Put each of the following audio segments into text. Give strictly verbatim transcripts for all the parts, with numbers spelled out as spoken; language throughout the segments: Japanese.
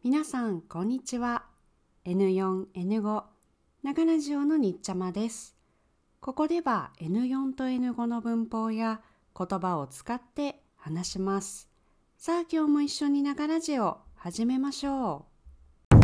皆さんこんにちは。 エヌよんエヌご 長ラジオのにっちゃまです。ここでは エヌよん と エヌご の文法や言葉を使って話します。さあ今日も一緒に長ラジオ始めましょう。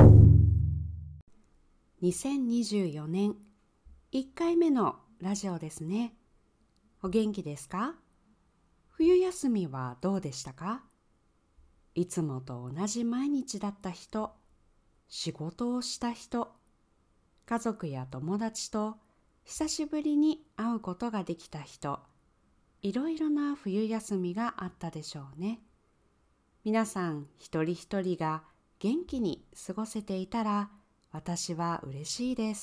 にせんにじゅうよねんいっかいめのラジオですね。お元気ですか？冬休みはどうでしたか？いつもと同じ毎日だった人、仕事をした人、家族や友達と久しぶりに会うことができた人、いろいろな冬休みがあったでしょうね。皆さん一人一人が元気に過ごせていたら私は嬉しいです。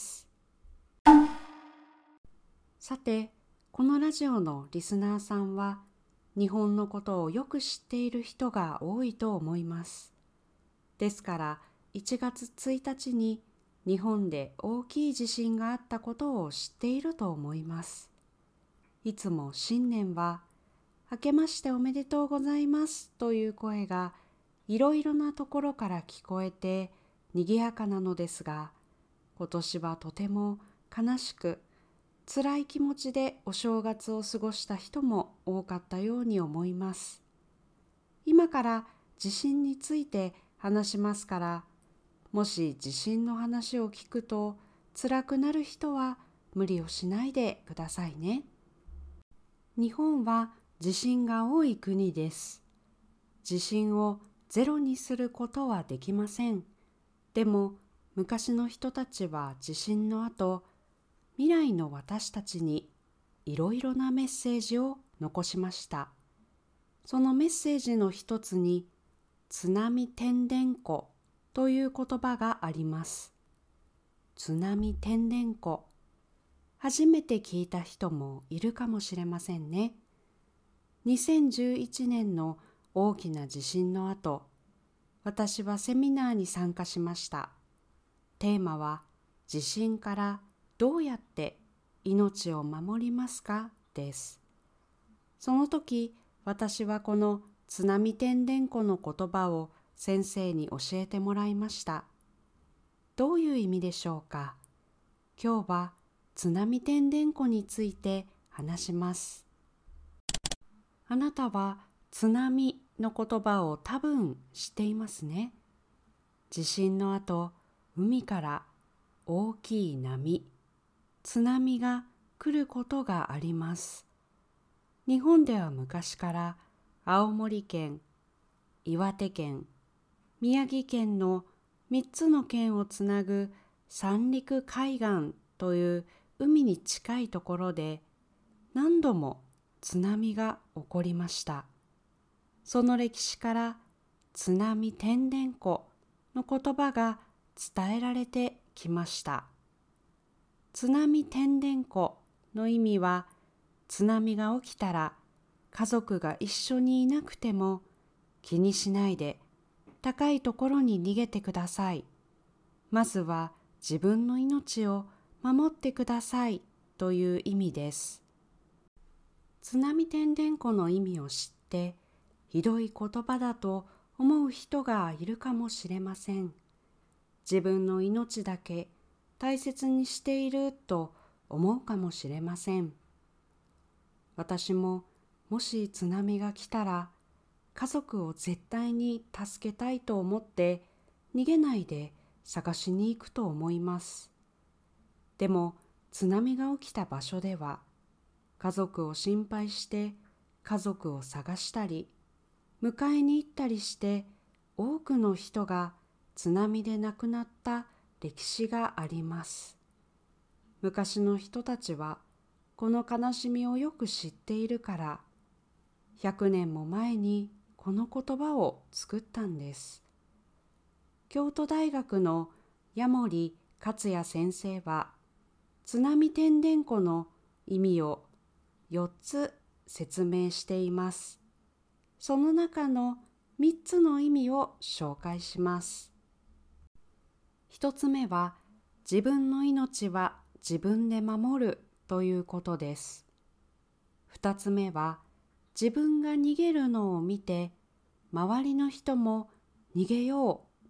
さて、このラジオのリスナーさんは日本のことをよく知っている人が多いと思います。ですからいちがつついたちに日本で大きい地震があったことを知っていると思います。いつも新年は明けましておめでとうございますという声がいろいろなところから聞こえて賑やかなのですが、今年はとても悲しく辛い気持ちでお正月を過ごした人も多かったように思います。今から地震について話しますから、もし地震の話を聞くと辛くなる人は無理をしないでくださいね。日本は地震が多い国です。地震をゼロにすることはできません。でも昔の人たちは地震の後、未来の私たちにいろいろなメッセージを残しました。そのメッセージの一つに津波てんでんこという言葉があります。津波てんでんこ、初めて聞いた人もいるかもしれませんね。にせんじゅういちねんの大きな地震の後、私はセミナーに参加しました。テーマは地震からどうやって命を守りますかです。その時、私はこの津波てんでんこの言葉を先生に教えてもらいました。どういう意味でしょうか？今日は津波てんでんこについて話します。あなたは津波の言葉を多分知っていますね。地震の後、海から大きい波、津波が来ることがあります。日本では昔から青森県、岩手県、宮城県のみっつの県をつなぐ三陸海岸という海に近いところで何度も津波が起こりました。その歴史から津波てんでんこの言葉が伝えられてきました。津波てんでんこの意味は、津波が起きたら家族が一緒にいなくても気にしないで高いところに逃げてください。まずは自分の命を守ってくださいという意味です。津波てんでんこの意味を知ってひどい言葉だと思う人がいるかもしれません。自分の命だけ大切にしていると思うかもしれません。私ももし津波が来たら家族を絶対に助けたいと思って逃げないで探しに行くと思います。でも津波が起きた場所では家族を心配して家族を探したり迎えに行ったりして多くの人が津波で亡くなった歴史があります。昔の人たちはこの悲しみをよく知っているからひゃくねんも前にこの言葉を作ったんです。京都大学の矢守克也先生は津波てんでんこの意味をよっつ説明しています。その中のみっつの意味を紹介します。ひとつめは自分の命は自分で守るということです。ふたつめは自分が逃げるのを見て周りの人も逃げよう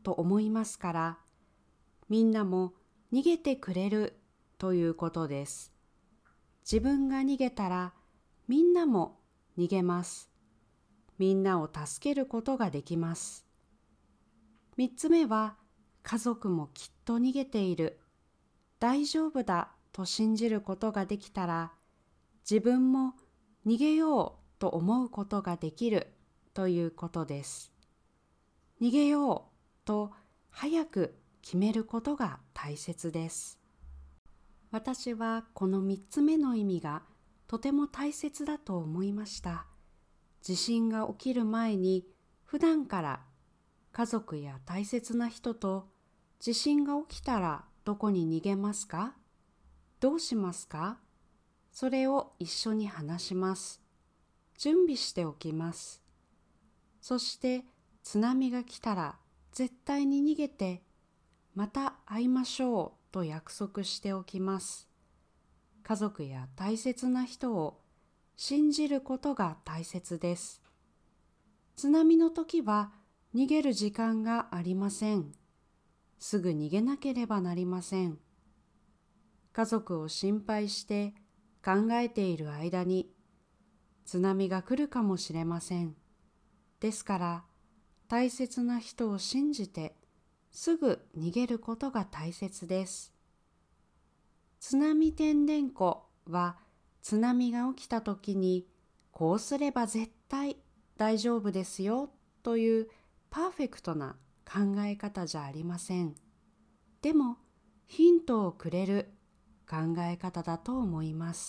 と思いますから、みんなも逃げてくれるということです。自分が逃げたらみんなも逃げます。みんなを助けることができます。三つ目は、家族もきっと逃げている、大丈夫だと信じることができたら、自分も逃げようと思うことができるということです。逃げようと早く決めることが大切です。私はこの三つ目の意味がとても大切だと思いました。地震が起きる前に普段から家族や大切な人と地震が起きたらどこに逃げますか？どうしますか？それを一緒に話します。準備しておきます。そして津波が来たら絶対に逃げて、また会いましょうと約束しておきます。家族や大切な人を信じることが大切です。津波の時は逃げる時間がありません。すぐ逃げなければなりません。家族を心配して考えている間に津波が来るかもしれません。ですから大切な人を信じてすぐ逃げることが大切です。津波てんでんこは津波が起きた時にこうすれば絶対大丈夫ですよというパーフェクトな考え方じゃありません。でもヒントをくれる考え方だと思います。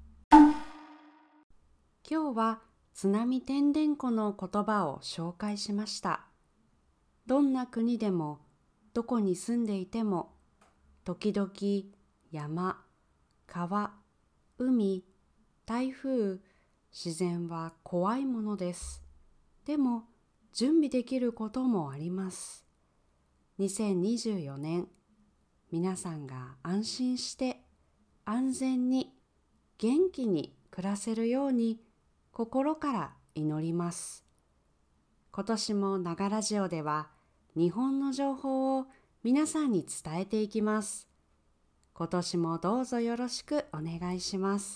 今日は津波てんでんこの言葉を紹介しました。どんな国でもどこに住んでいても時々山、川、海、台風、自然は怖いものです。でも準備できることもあります。にせんにじゅうよねん、皆さんが安心して安全に元気に暮らせるように心から祈ります。今年もながラジオでは日本の情報を皆さんに伝えていきます。今年もどうぞよろしくお願いします。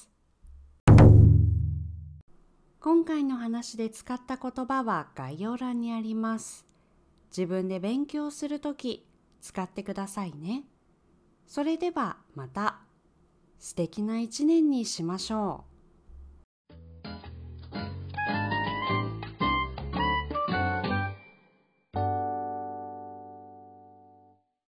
今回の話で使った言葉は概要欄にあります。自分で勉強するとき使ってくださいね。それではまた素敵な一年にしましょう。